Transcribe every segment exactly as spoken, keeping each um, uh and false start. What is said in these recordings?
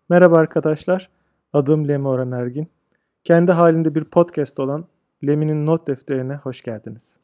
Merhaba arkadaşlar, adım Lemi Orhan Ergin. Kendi halinde bir podcast olan Lemi'nin not defterine hoş geldiniz.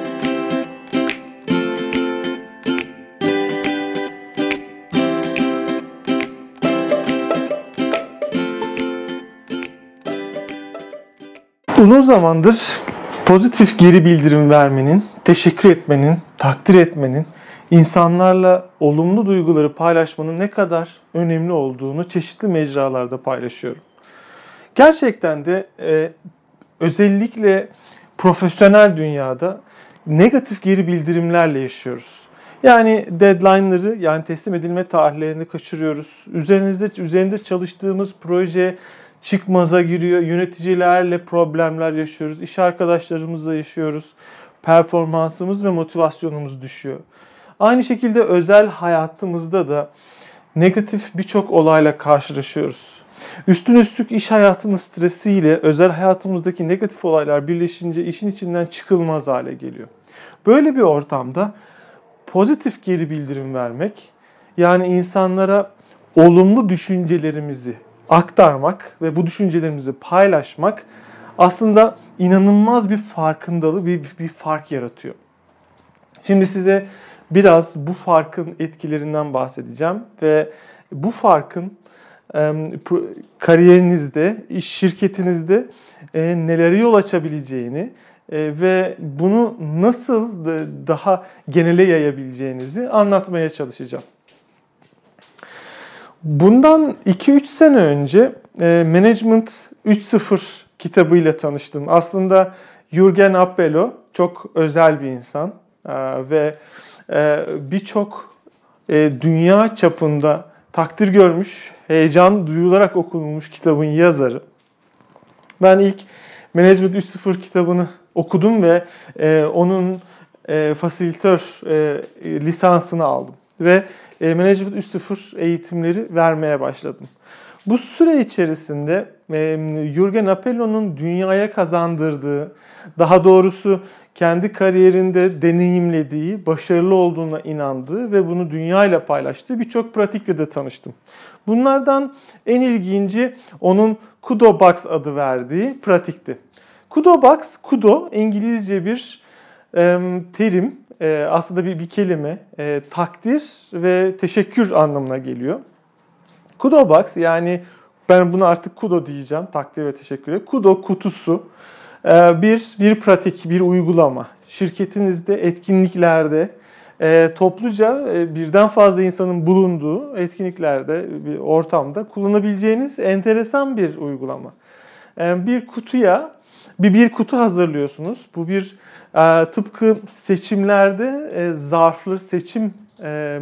Uzun zamandır pozitif geri bildirim vermenin, teşekkür etmenin, takdir etmenin, insanlarla olumlu duyguları paylaşmanın ne kadar önemli olduğunu çeşitli mecralarda paylaşıyorum. Gerçekten de e, özellikle profesyonel dünyada negatif geri bildirimlerle yaşıyoruz. Yani deadline'ları, yani teslim edilme tarihlerini kaçırıyoruz. Üzerinizde üzerinde çalıştığımız proje çıkmaza giriyor. Yöneticilerle problemler yaşıyoruz. İş arkadaşlarımızla yaşıyoruz. Performansımız ve motivasyonumuz düşüyor. Aynı şekilde özel hayatımızda da negatif birçok olayla karşılaşıyoruz. Üstün üstlük iş hayatının stresiyle özel hayatımızdaki negatif olaylar birleşince işin içinden çıkılmaz hale geliyor. Böyle bir ortamda pozitif geri bildirim vermek, yani insanlara olumlu düşüncelerimizi aktarmak ve bu düşüncelerimizi paylaşmak aslında inanılmaz bir farkındalık, bir, bir fark yaratıyor. Şimdi size biraz bu farkın etkilerinden bahsedeceğim ve bu farkın kariyerinizde, iş şirketinizde nelere yol açabileceğini ve bunu nasıl daha genele yayabileceğinizi anlatmaya çalışacağım. Bundan iki üç sene önce Management üç nokta sıfır kitabıyla tanıştım. Aslında Jürgen Appelo çok özel bir insan ve birçok dünya çapında takdir görmüş, heyecan duyularak okunmuş kitabın yazarı. Ben ilk Management üç nokta sıfır kitabını okudum ve e, onun e, fasilitör e, lisansını aldım. Ve e, Management üç nokta sıfır eğitimleri vermeye başladım. Bu süre içerisinde e, Jürgen Apello'nun dünyaya kazandırdığı, daha doğrusu kendi kariyerinde deneyimlediği, başarılı olduğuna inandığı ve bunu dünyayla paylaştığı birçok pratikle de tanıştım. Bunlardan en ilginci onun Kudo Box adı verdiği pratikti. Kudo Box, Kudo İngilizce bir e, terim, e, aslında bir, bir kelime, e, takdir ve teşekkür anlamına geliyor. Kudo Box, yani ben bunu artık Kudo diyeceğim, takdir ve teşekküre. Kudo kutusu. Bir, bir pratik, bir uygulama. Şirketinizde, etkinliklerde, e, topluca e, birden fazla insanın bulunduğu etkinliklerde, bir ortamda kullanabileceğiniz enteresan bir uygulama. E, bir kutuya, bir, bir kutu hazırlıyorsunuz. Bu bir e, tıpkı seçimlerde e, zarflı seçim e,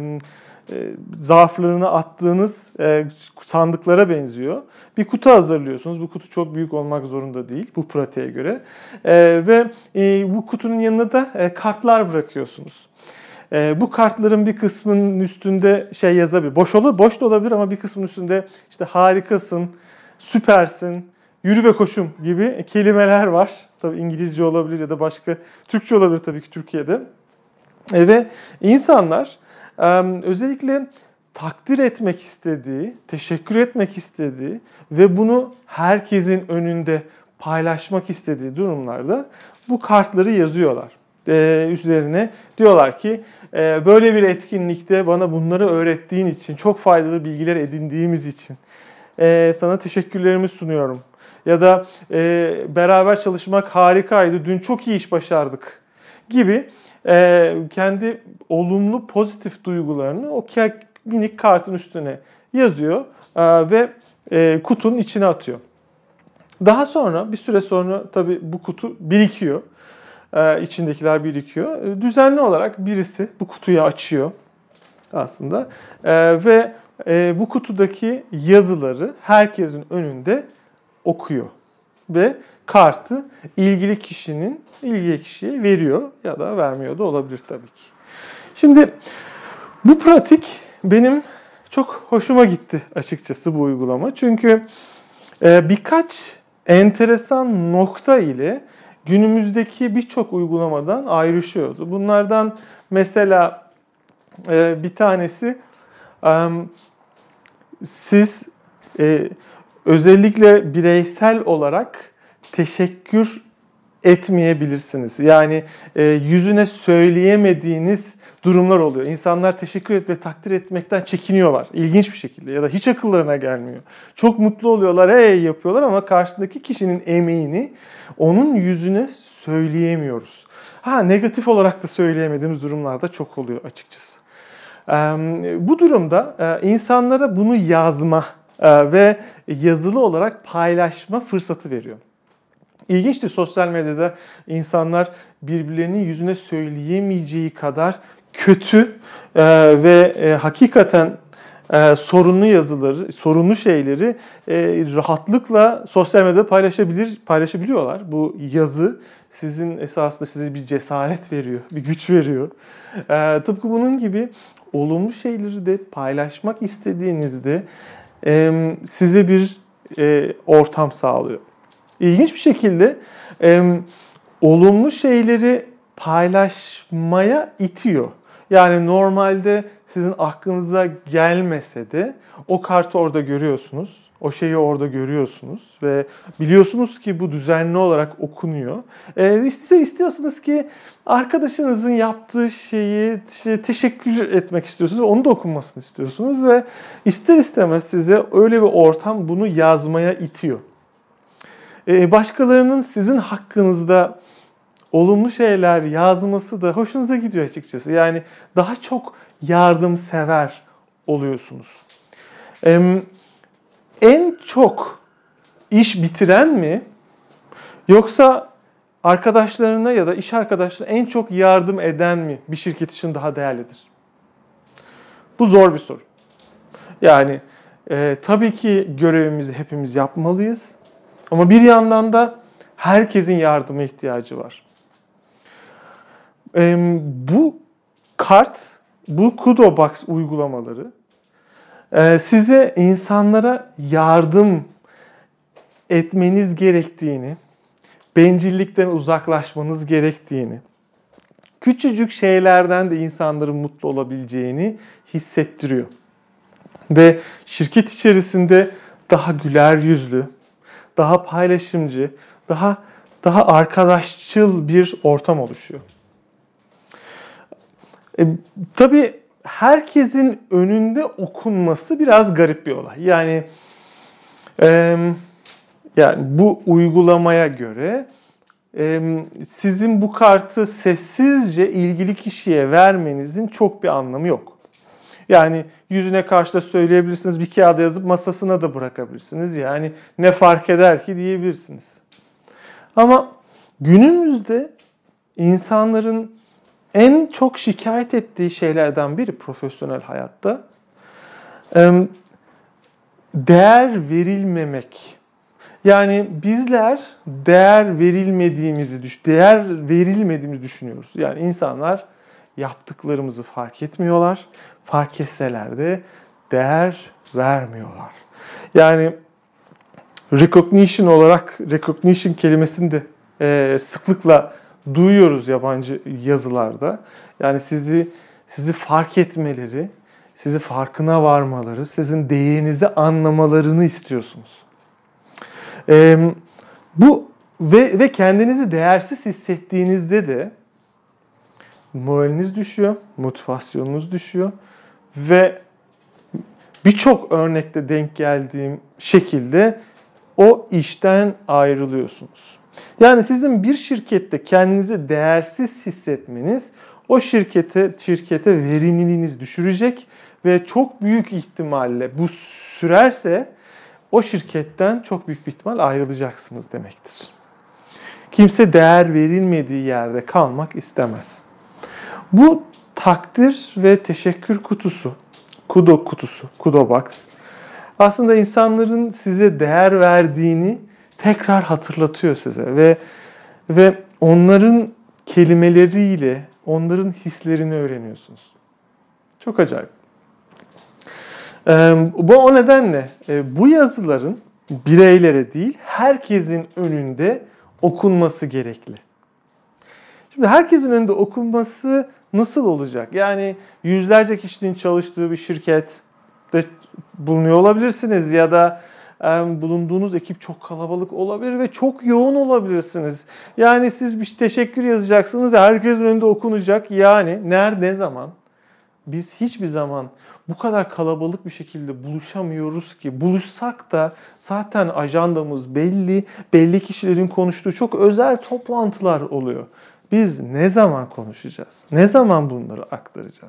zarflarını attığınız sandıklara benziyor. Bir kutu hazırlıyorsunuz. Bu kutu çok büyük olmak zorunda değil bu pratiğe göre. Ve bu kutunun yanına da kartlar bırakıyorsunuz. Bu kartların bir kısmının üstünde şey yazabilir. Boş olur, boş da olabilir ama bir kısmının üstünde işte harikasın, süpersin, yürü be koçum gibi kelimeler var. Tabii İngilizce olabilir ya da başka, Türkçe olabilir tabii ki Türkiye'de. Ve insanlar özellikle takdir etmek istediği, teşekkür etmek istediği ve bunu herkesin önünde paylaşmak istediği durumlarda bu kartları yazıyorlar. Ee, üzerine diyorlar ki e, böyle bir etkinlikte bana bunları öğrettiğin için, çok faydalı bilgiler edindiğimiz için e, sana teşekkürlerimi sunuyorum. Ya da e, beraber çalışmak harikaydı, dün çok iyi iş başardık gibi e, kendi olumlu, pozitif duygularını o minik kartın üstüne yazıyor e, ve e, kutunun içine atıyor. Daha sonra, bir süre sonra tabii bu kutu birikiyor. E, içindekiler birikiyor. E, düzenli olarak birisi bu kutuyu açıyor aslında e, ve e, bu kutudaki yazıları herkesin önünde okuyor ve kartı ilgili kişinin ilgili kişiye veriyor ya da vermiyor da olabilir tabii ki. Şimdi bu pratik benim çok hoşuma gitti açıkçası, bu uygulama. Çünkü birkaç enteresan nokta ile günümüzdeki birçok uygulamadan ayrışıyordu. Bunlardan mesela bir tanesi, siz e, özellikle bireysel olarak teşekkür etmeyebilirsiniz. Yani e, yüzüne söyleyemediğiniz durumlar oluyor. İnsanlar teşekkür et ve takdir etmekten çekiniyorlar. İlginç bir şekilde ya da hiç akıllarına gelmiyor. Çok mutlu oluyorlar, hey yapıyorlar ama karşısındaki kişinin emeğini onun yüzüne söyleyemiyoruz. Ha, negatif olarak da söyleyemediğimiz durumlar da çok oluyor açıkçası. Bu durumda insanlara bunu yazma ve yazılı olarak paylaşma fırsatı veriyor. İlginçtir, sosyal medyada insanlar birbirlerinin yüzüne söyleyemeyeceği kadar kötü ve hakikaten sorunlu yazıları, sorunlu şeyleri rahatlıkla sosyal medyada paylaşabilir, paylaşabiliyorlar. Bu yazı sizin esasında size bir cesaret veriyor, bir güç veriyor. Tıpkı bunun gibi olumlu şeyleri de paylaşmak istediğinizde size bir ortam sağlıyor. İlginç bir şekilde olumlu şeyleri paylaşmaya itiyor. Yani normalde sizin aklınıza gelmese de o kartı orada görüyorsunuz. O şeyi orada görüyorsunuz ve biliyorsunuz ki bu düzenli olarak okunuyor. E, istiyorsunuz ki arkadaşınızın yaptığı şeyi şey, teşekkür etmek istiyorsunuz. Onu da okunmasını istiyorsunuz ve ister istemez size öyle bir ortam bunu yazmaya itiyor. E, başkalarının sizin hakkınızda olumlu şeyler yazması da hoşunuza gidiyor açıkçası. Yani daha çok yardımsever oluyorsunuz. Ee, en çok iş bitiren mi? Yoksa arkadaşlarına ya da iş arkadaşlarına en çok yardım eden mi bir şirket için daha değerlidir? Bu zor bir soru. Yani e, tabii ki görevimizi hepimiz yapmalıyız. Ama bir yandan da herkesin yardıma ihtiyacı var. E, bu kart, bu Kudo Box uygulamaları e, size insanlara yardım etmeniz gerektiğini, bencillikten uzaklaşmanız gerektiğini, küçücük şeylerden de insanların mutlu olabileceğini hissettiriyor. Ve şirket içerisinde daha güler yüzlü, daha paylaşımcı, daha daha arkadaşçıl bir ortam oluşuyor. E, tabii herkesin önünde okunması biraz garip bir olay. Yani e, yani bu uygulamaya göre e, sizin bu kartı sessizce ilgili kişiye vermenizin çok bir anlamı yok. Yani yüzüne karşı da söyleyebilirsiniz, bir kağıda yazıp masasına da bırakabilirsiniz. Yani ne fark eder ki diyebilirsiniz. Ama günümüzde insanların en çok şikayet ettiği şeylerden biri profesyonel hayatta değer verilmemek. Yani bizler değer verilmediğimizi değer verilmediğimizi düşünüyoruz. Yani insanlar yaptıklarımızı fark etmiyorlar. Fark etseler de değer vermiyorlar. Yani recognition olarak recognition kelimesini de e, sıklıkla duyuyoruz yabancı yazılarda. Yani sizi sizi fark etmeleri, sizi farkına varmaları, sizin değerinizi anlamalarını istiyorsunuz. E, bu ve ve kendinizi değersiz hissettiğinizde de moraliniz düşüyor, motivasyonunuz düşüyor ve birçok örnekte denk geldiğim şekilde o işten ayrılıyorsunuz. Yani sizin bir şirkette kendinizi değersiz hissetmeniz o şirkete şirkete verimliliğiniz düşürecek ve çok büyük ihtimalle bu sürerse o şirketten çok büyük bir ihtimal ayrılacaksınız demektir. Kimse değer verilmediği yerde kalmak istemez. Bu takdir ve teşekkür kutusu, Kudo kutusu, Kudo Box aslında insanların size değer verdiğini tekrar hatırlatıyor size ve ve onların kelimeleriyle onların hislerini öğreniyorsunuz. Çok acayip. Ee, bu o nedenle e, bu yazıların bireylere değil herkesin önünde okunması gerekli. Şimdi herkesin önünde okunması nasıl olacak? Yani yüzlerce kişinin çalıştığı bir şirkette bulunuyor olabilirsiniz ya da e, bulunduğunuz ekip çok kalabalık olabilir ve çok yoğun olabilirsiniz. Yani siz bir teşekkür yazacaksınız, herkesin önünde okunacak. Yani nerede, ne zaman? Biz hiçbir zaman bu kadar kalabalık bir şekilde buluşamıyoruz ki. Buluşsak da zaten ajandamız belli, belli kişilerin konuştuğu çok özel toplantılar oluyor. Biz ne zaman konuşacağız? Ne zaman bunları aktaracağız?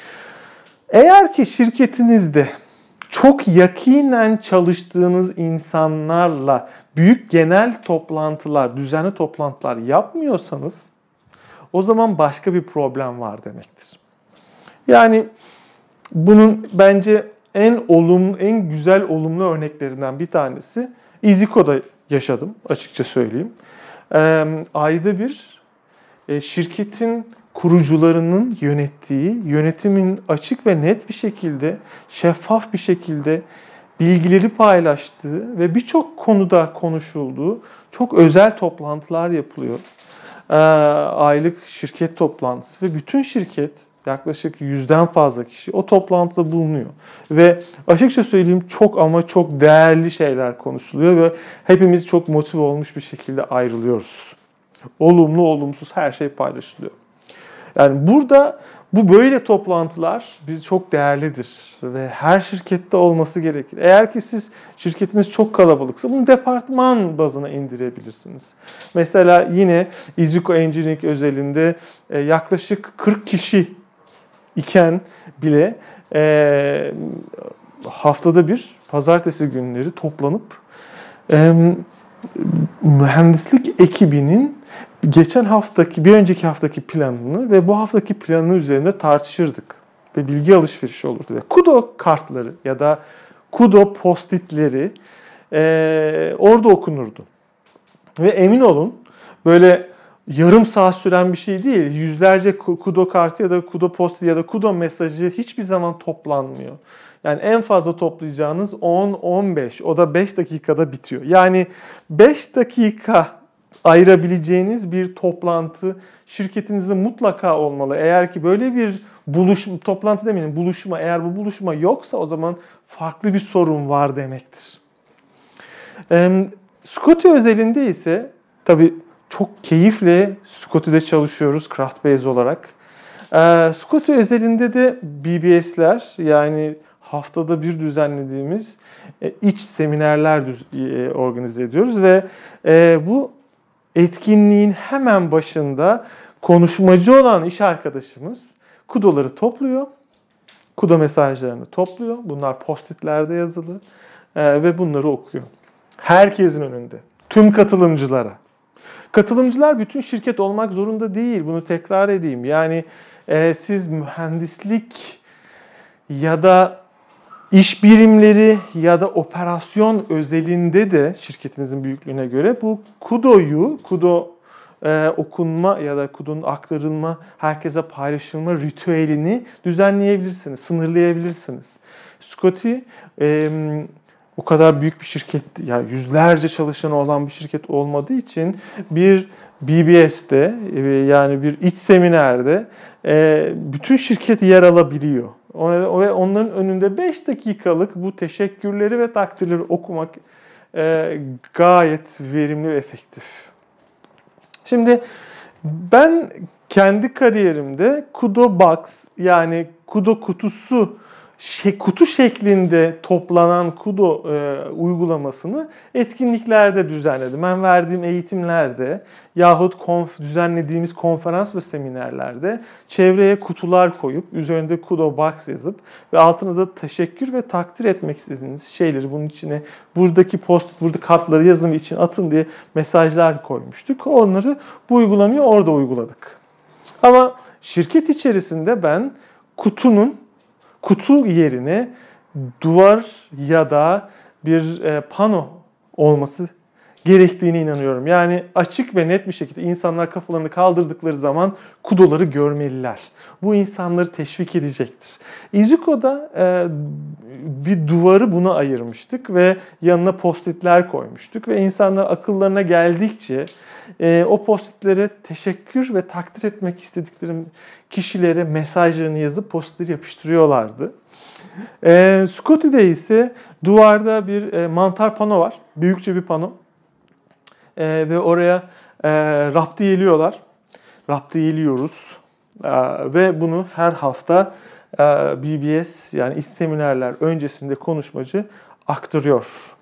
Eğer ki şirketinizde çok yakinen çalıştığınız insanlarla büyük genel toplantılar, düzenli toplantılar yapmıyorsanız o zaman başka bir problem var demektir. Yani bunun bence en olumlu, en güzel olumlu örneklerinden bir tanesi iziko'da yaşadım, açıkça söyleyeyim. Ee, ayda bir e, şirketin kurucularının yönettiği, yönetimin açık ve net bir şekilde, şeffaf bir şekilde bilgileri paylaştığı ve birçok konuda konuşulduğu çok özel toplantılar yapılıyor. Ee, aylık şirket toplantısı ve bütün şirket, yaklaşık yüzden fazla kişi o toplantıda bulunuyor. Ve açıkça söyleyeyim çok ama çok değerli şeyler konuşuluyor ve hepimiz çok motive olmuş bir şekilde ayrılıyoruz. Olumlu, olumsuz her şey paylaşılıyor. Yani burada bu böyle toplantılar biz çok değerlidir ve her şirkette olması gerekir. Eğer ki siz şirketiniz çok kalabalıksa bunu departman bazına indirebilirsiniz. Mesela yine iziko Engineering özelinde yaklaşık kırk kişi iken bile e, haftada bir pazartesi günleri toplanıp e, mühendislik ekibinin geçen haftaki, bir önceki haftaki planını ve bu haftaki planı üzerinde tartışırdık. Ve bilgi alışverişi olurdu. Ve Kudo kartları ya da Kudo post-itleri e, orada okunurdu. Ve emin olun böyle yarım saat süren bir şey değil. Yüzlerce Kudo kartı ya da Kudo post ya da Kudo mesajı hiçbir zaman toplanmıyor. Yani en fazla toplayacağınız on on beş, o da beş dakikada bitiyor. Yani beş dakika ayırabileceğiniz bir toplantı şirketinizde mutlaka olmalı. Eğer ki böyle bir buluşma, toplantı demeyin, buluşma, eğer bu buluşma yoksa o zaman farklı bir sorun var demektir. E, Scotty özelinde ise tabii çok keyifle Scotty'de çalışıyoruz Craftbase olarak. E, Scotty özelinde de B B S'ler yani haftada bir düzenlediğimiz e, iç seminerler düz, e, organize ediyoruz ve e, bu etkinliğin hemen başında konuşmacı olan iş arkadaşımız Kudo'ları topluyor. Kudo mesajlarını topluyor. Bunlar post-itlerde yazılı e, ve bunları okuyor. Herkesin önünde. Tüm katılımcılara. Katılımcılar bütün şirket olmak zorunda değil. Bunu tekrar edeyim. Yani e, siz mühendislik ya da iş birimleri ya da operasyon özelinde de şirketinizin büyüklüğüne göre bu Kudo'yu, Kudo e, okunma ya da Kudo'nun aktarılma, herkese paylaşılma ritüelini düzenleyebilirsiniz, sınırlayabilirsiniz. Scotty e, o kadar büyük bir şirket, yani yüzlerce çalışanı olan bir şirket olmadığı için bir B B S'te yani bir iç seminerde bütün şirket yer alabiliyor. Ve onların önünde beş dakikalık bu teşekkürleri ve takdirleri okumak gayet verimli ve efektif. Şimdi ben kendi kariyerimde Kudo Box yani Kudo kutusu Şey, kutu şeklinde toplanan Kudo e, uygulamasını etkinliklerde düzenledim. Ben verdiğim eğitimlerde yahut konf, düzenlediğimiz konferans ve seminerlerde çevreye kutular koyup üzerinde Kudo Box yazıp ve altına da teşekkür ve takdir etmek istediğiniz şeyleri bunun içine buradaki post, burada kartları yazın için atın diye mesajlar koymuştuk. Onları bu uygulamayı orada uyguladık. Ama şirket içerisinde ben kutunun kutu yerine duvar ya da bir e, pano olması gerektiğine inanıyorum. Yani açık ve net bir şekilde insanlar kafalarını kaldırdıkları zaman kudoları görmeliler. Bu insanları teşvik edecektir. iziko'da e, bir duvarı buna ayırmıştık ve yanına post-itler koymuştuk ve insanlar akıllarına geldikçe e, o post-itlere teşekkür ve takdir etmek istedikleri kişilere mesajlarını yazıp post-itleri yapıştırıyorlardı. E, Scotty'de ise duvarda bir e, mantar pano var. Büyükçe bir pano. E, ve oraya e, raptiyeliyorlar. Raptiyeliyoruz. E, ve bunu her hafta e, B B S yani iş seminerler öncesinde konuşmacı aktarıyor.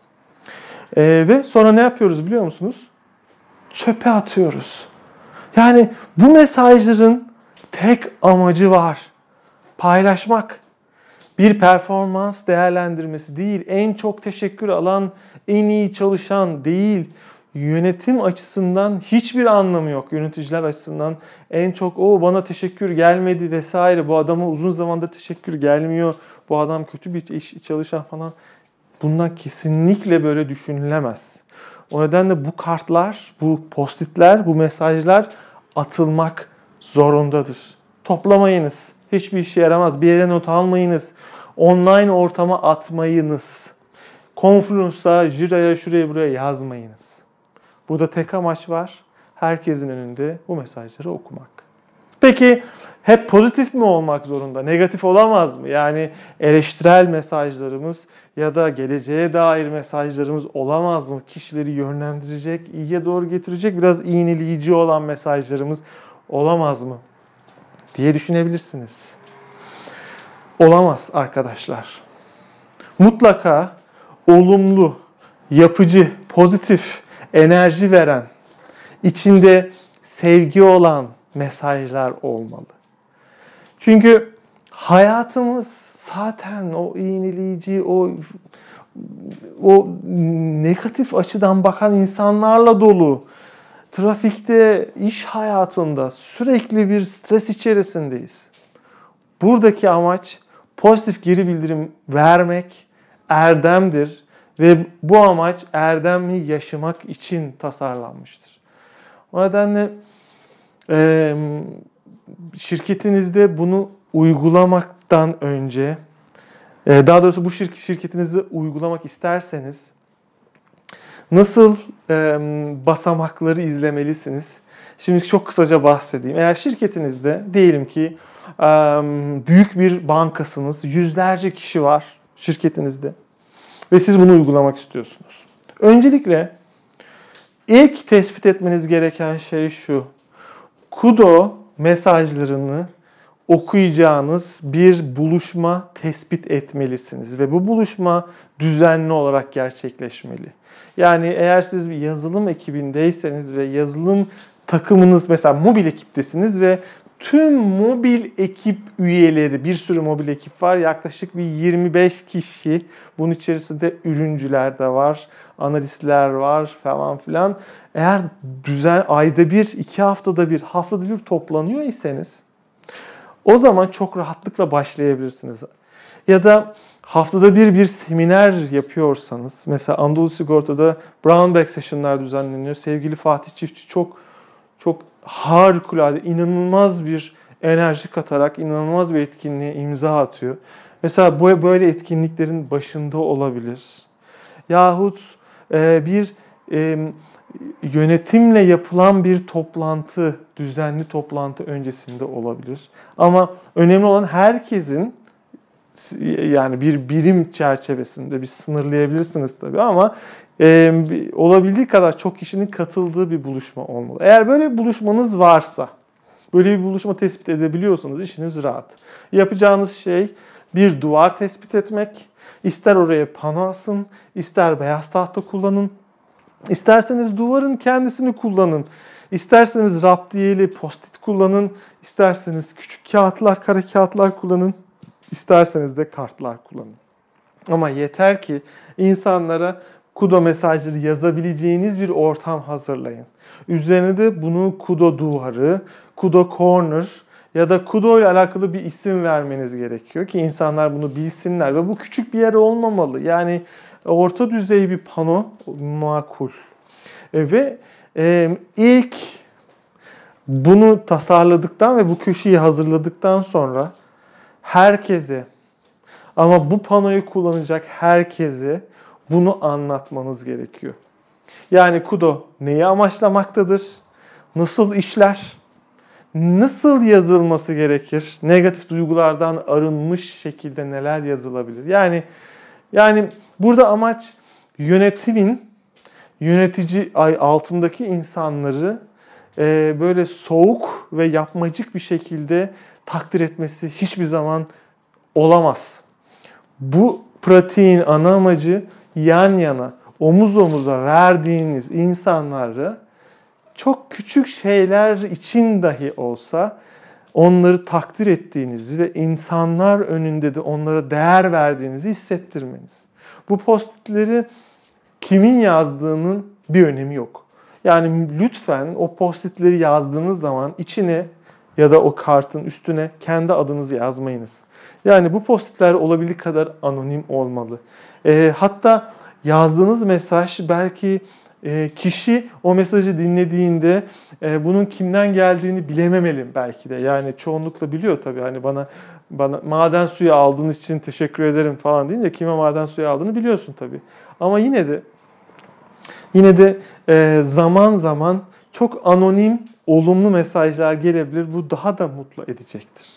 E, ve sonra ne yapıyoruz biliyor musunuz? Çöpe atıyoruz. Yani bu mesajların tek amacı var. Paylaşmak. Bir performans değerlendirmesi değil, en çok teşekkür alan, en iyi çalışan değil. Yönetim açısından hiçbir anlamı yok. Yöneticiler açısından en çok o bana teşekkür gelmedi vesaire, bu adama uzun zamandır teşekkür gelmiyor, bu adam kötü bir iş çalışan falan. Bundan kesinlikle böyle düşünülemez. O nedenle bu kartlar, bu postitler, bu mesajlar atılmak zorundadır. Toplamayınız. Hiçbir işe yaramaz. Bir yere not almayınız. Online ortama atmayınız. Confluence'a, Jira'ya, şuraya buraya yazmayınız. Burada tek amaç var. Herkesin önünde bu mesajları okumak. Peki hep pozitif mi olmak zorunda? Negatif olamaz mı? Yani eleştirel mesajlarımız ya da geleceğe dair mesajlarımız olamaz mı? Kişileri yönlendirecek, iyiye doğru getirecek, biraz iğneleyici olan mesajlarımız olamaz mı diye düşünebilirsiniz. Olamaz arkadaşlar. Mutlaka olumlu, yapıcı, pozitif, enerji veren, içinde sevgi olan mesajlar olmalı. Çünkü hayatımız zaten o iğneleyici, o o negatif açıdan bakan insanlarla dolu. Trafikte, iş hayatında sürekli bir stres içerisindeyiz. Buradaki amaç pozitif geri bildirim vermek erdemdir ve bu amaç erdemli yaşamak için tasarlanmıştır. O nedenle e, şirketinizde bunu uygulamaktan önce, e, daha doğrusu bu şirk, şirketinizde uygulamak isterseniz nasıl e, basamakları izlemelisiniz? Şimdi çok kısaca bahsedeyim. Eğer şirketinizde diyelim ki e, büyük bir bankasınız, yüzlerce kişi var şirketinizde ve siz bunu uygulamak istiyorsunuz. Öncelikle ilk tespit etmeniz gereken şey şu: Kudo mesajlarını okuyacağınız bir buluşma tespit etmelisiniz ve bu buluşma düzenli olarak gerçekleşmeli. Yani eğer siz bir yazılım ekibindeyseniz ve yazılım takımınız, mesela mobil ekiptesiniz ve tüm mobil ekip üyeleri, bir sürü mobil ekip var, yaklaşık bir yirmi beş kişi, bunun içerisinde ürüncüler de var, analistler var falan filan. Eğer düzen ayda bir, iki haftada bir, haftada bir toplanıyor iseniz o zaman çok rahatlıkla başlayabilirsiniz. Ya da haftada bir bir seminer yapıyorsanız, mesela Anadolu Sigorta'da Brown Bag Session'lar düzenleniyor. Sevgili Fatih Çiftçi çok çok harikulade, inanılmaz bir enerji katarak inanılmaz bir etkinliğe imza atıyor. Mesela bu böyle etkinliklerin başında olabilir. Yahut e, bir e, yönetimle yapılan bir toplantı, düzenli toplantı öncesinde olabilir. Ama önemli olan herkesin, yani bir birim çerçevesinde bir sınırlayabilirsiniz tabii ama e, olabildiği kadar çok kişinin katıldığı bir buluşma olmalı. Eğer böyle bir buluşmanız varsa, böyle bir buluşma tespit edebiliyorsanız işiniz rahat. Yapacağınız şey bir duvar tespit etmek. İster oraya pano asın, ister beyaz tahta kullanın. İsterseniz duvarın kendisini kullanın. İsterseniz raptiyeli post-it kullanın. İsterseniz küçük kağıtlar, kare kağıtlar kullanın. İsterseniz de kartlar kullanın. Ama yeter ki insanlara Kudo mesajları yazabileceğiniz bir ortam hazırlayın. Üzerine de bunu Kudo duvarı, Kudo corner ya da Kudo ile alakalı bir isim vermeniz gerekiyor ki insanlar bunu bilsinler. Ve bu küçük bir yer olmamalı. Yani orta düzey bir pano makul. E, ve e, ilk bunu tasarladıktan ve bu köşeyi hazırladıktan sonra herkese, ama bu panoyu kullanacak herkese bunu anlatmanız gerekiyor. Yani Kudo neyi amaçlamaktadır? Nasıl işler? nasıl yazılması gerekir? Negatif duygulardan arınmış şekilde neler yazılabilir? Yani yani burada amaç yönetimin yönetici ay altındaki insanları e, böyle soğuk ve yapmacık bir şekilde takdir etmesi hiçbir zaman olamaz. Bu pratiğin ana amacı yan yana, omuz omuza verdiğiniz insanları çok küçük şeyler için dahi olsa onları takdir ettiğinizi ve insanlar önünde de onlara değer verdiğinizi hissettirmeniz. Bu postitleri kimin yazdığının bir önemi yok. Yani lütfen o postitleri yazdığınız zaman içine ya da o kartın üstüne kendi adınızı yazmayınız. Yani bu postitler olabildiği kadar anonim olmalı. E, hatta yazdığınız mesaj belki e, kişi o mesajı dinlediğinde e, bunun kimden geldiğini bilememeli belki de. Yani çoğunlukla biliyor tabii. Hani bana bana maden suyu aldığınız için teşekkür ederim falan deyince kime maden suyu aldığını biliyorsun tabii. Ama yine de yine de e, zaman zaman çok anonim, olumlu mesajlar gelebilir. Bu daha da mutlu edecektir.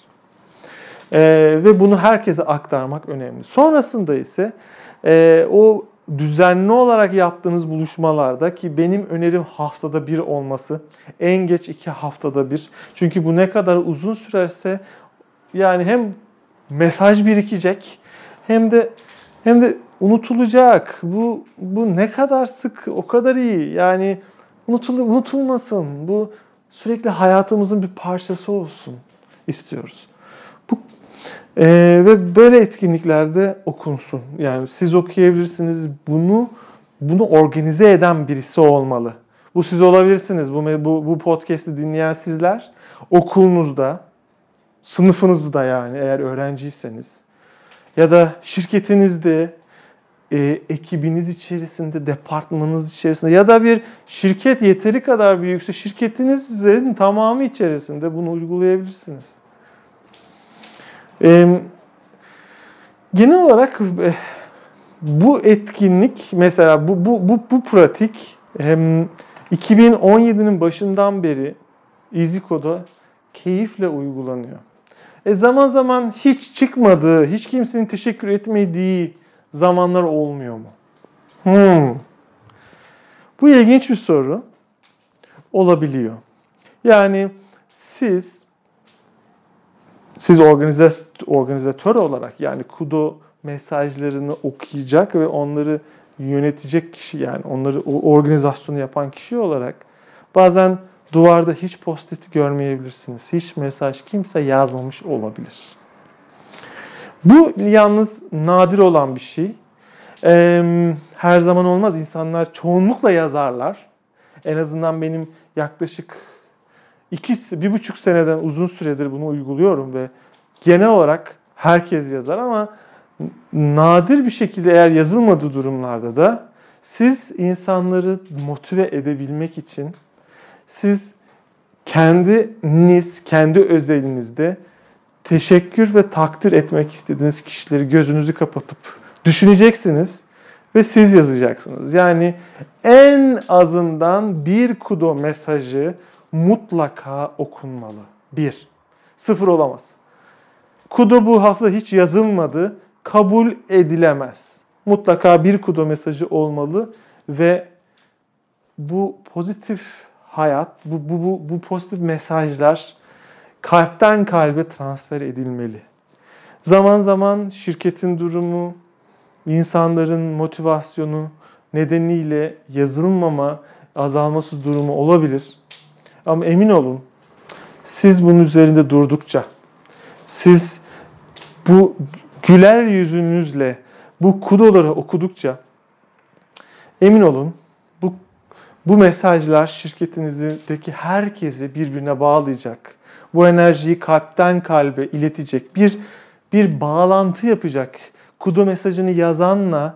Ee, ve bunu herkese aktarmak önemli. Sonrasında ise e, o düzenli olarak yaptığınız buluşmalarda, ki benim önerim haftada bir olması, en geç iki haftada bir. Çünkü bu ne kadar uzun sürerse yani hem mesaj birikecek hem de hem de unutulacak. Bu bu ne kadar sık, o kadar iyi. Yani unutul, unutulmasın. Bu sürekli hayatımızın bir parçası olsun istiyoruz. Bu Ee, ve böyle etkinliklerde okunsun. Yani siz okuyabilirsiniz. Bunu bunu organize eden birisi olmalı. Bu siz olabilirsiniz. Bu bu, bu podcast'i dinleyen sizler, okulunuzda, sınıfınızda, yani eğer öğrenciyseniz ya da şirketinizde, e, ekibiniz içerisinde, departmanınız içerisinde ya da bir şirket yeteri kadar büyükse şirketinizin tamamı içerisinde bunu uygulayabilirsiniz. Ee, genel olarak e, bu etkinlik, mesela bu bu bu, bu pratik e, iki bin on yedinin başından beri iziko'da keyifle uygulanıyor. E zaman zaman hiç çıkmadığı, hiç kimsenin teşekkür etmediği zamanlar olmuyor mu? Hmm. Bu ilginç bir soru. Olabiliyor. Yani siz Siz organizatör olarak, yani Kudo mesajlarını okuyacak ve onları yönetecek kişi, yani onları o organizasyonu yapan kişi olarak bazen duvarda hiç post-it görmeyebilirsiniz. Hiç mesaj kimse yazmamış olabilir. Bu yalnız nadir olan bir şey. Her zaman olmaz. İnsanlar çoğunlukla yazarlar. En azından benim yaklaşık İki, bir buçuk seneden uzun süredir bunu uyguluyorum ve genel olarak herkes yazar, ama nadir bir şekilde eğer yazılmadığı durumlarda da siz insanları motive edebilmek için siz kendiniz, kendi özelinizde teşekkür ve takdir etmek istediğiniz kişileri gözünüzü kapatıp düşüneceksiniz ve siz yazacaksınız. Yani en azından bir Kudo mesajı mutlaka okunmalı. Bir. Sıfır olamaz. Kudo bu hafta hiç yazılmadı. Kabul edilemez. Mutlaka bir Kudo mesajı olmalı ve bu pozitif hayat, bu, bu, bu, bu pozitif mesajlar kalpten kalbe transfer edilmeli. Zaman zaman şirketin durumu, insanların motivasyonu nedeniyle yazılmama, azalması durumu olabilir. Ama emin olun, siz bunun üzerinde durdukça, siz bu güler yüzünüzle bu kudoları okudukça, emin olun bu bu mesajlar şirketinizdeki herkesi birbirine bağlayacak. Bu enerjiyi kalpten kalbe iletecek. Bir bir bağlantı yapacak. Kudo mesajını yazanla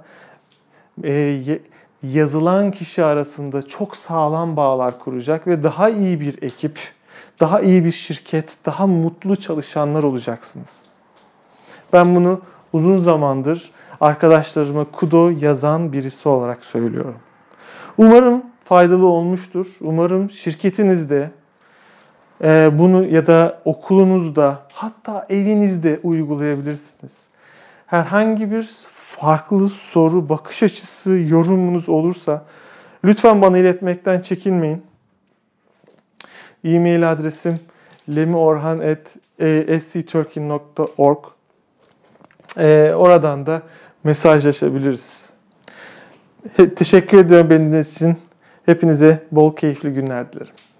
e, yazılan kişi arasında çok sağlam bağlar kuracak ve daha iyi bir ekip, daha iyi bir şirket, daha mutlu çalışanlar olacaksınız. Ben bunu uzun zamandır arkadaşlarıma Kudo yazan birisi olarak söylüyorum. Umarım faydalı olmuştur. Umarım şirketinizde e, bunu ya da okulunuzda, hatta evinizde uygulayabilirsiniz. Herhangi bir farklı soru, bakış açısı, yorumunuz olursa lütfen bana iletmekten çekinmeyin. E-mail adresim lemiorhan at s c turkey nokta org. Ee, oradan da mesajlaşabiliriz. Teşekkür ediyorum beni dinlediğiniz için. Hepinize bol keyifli günler dilerim.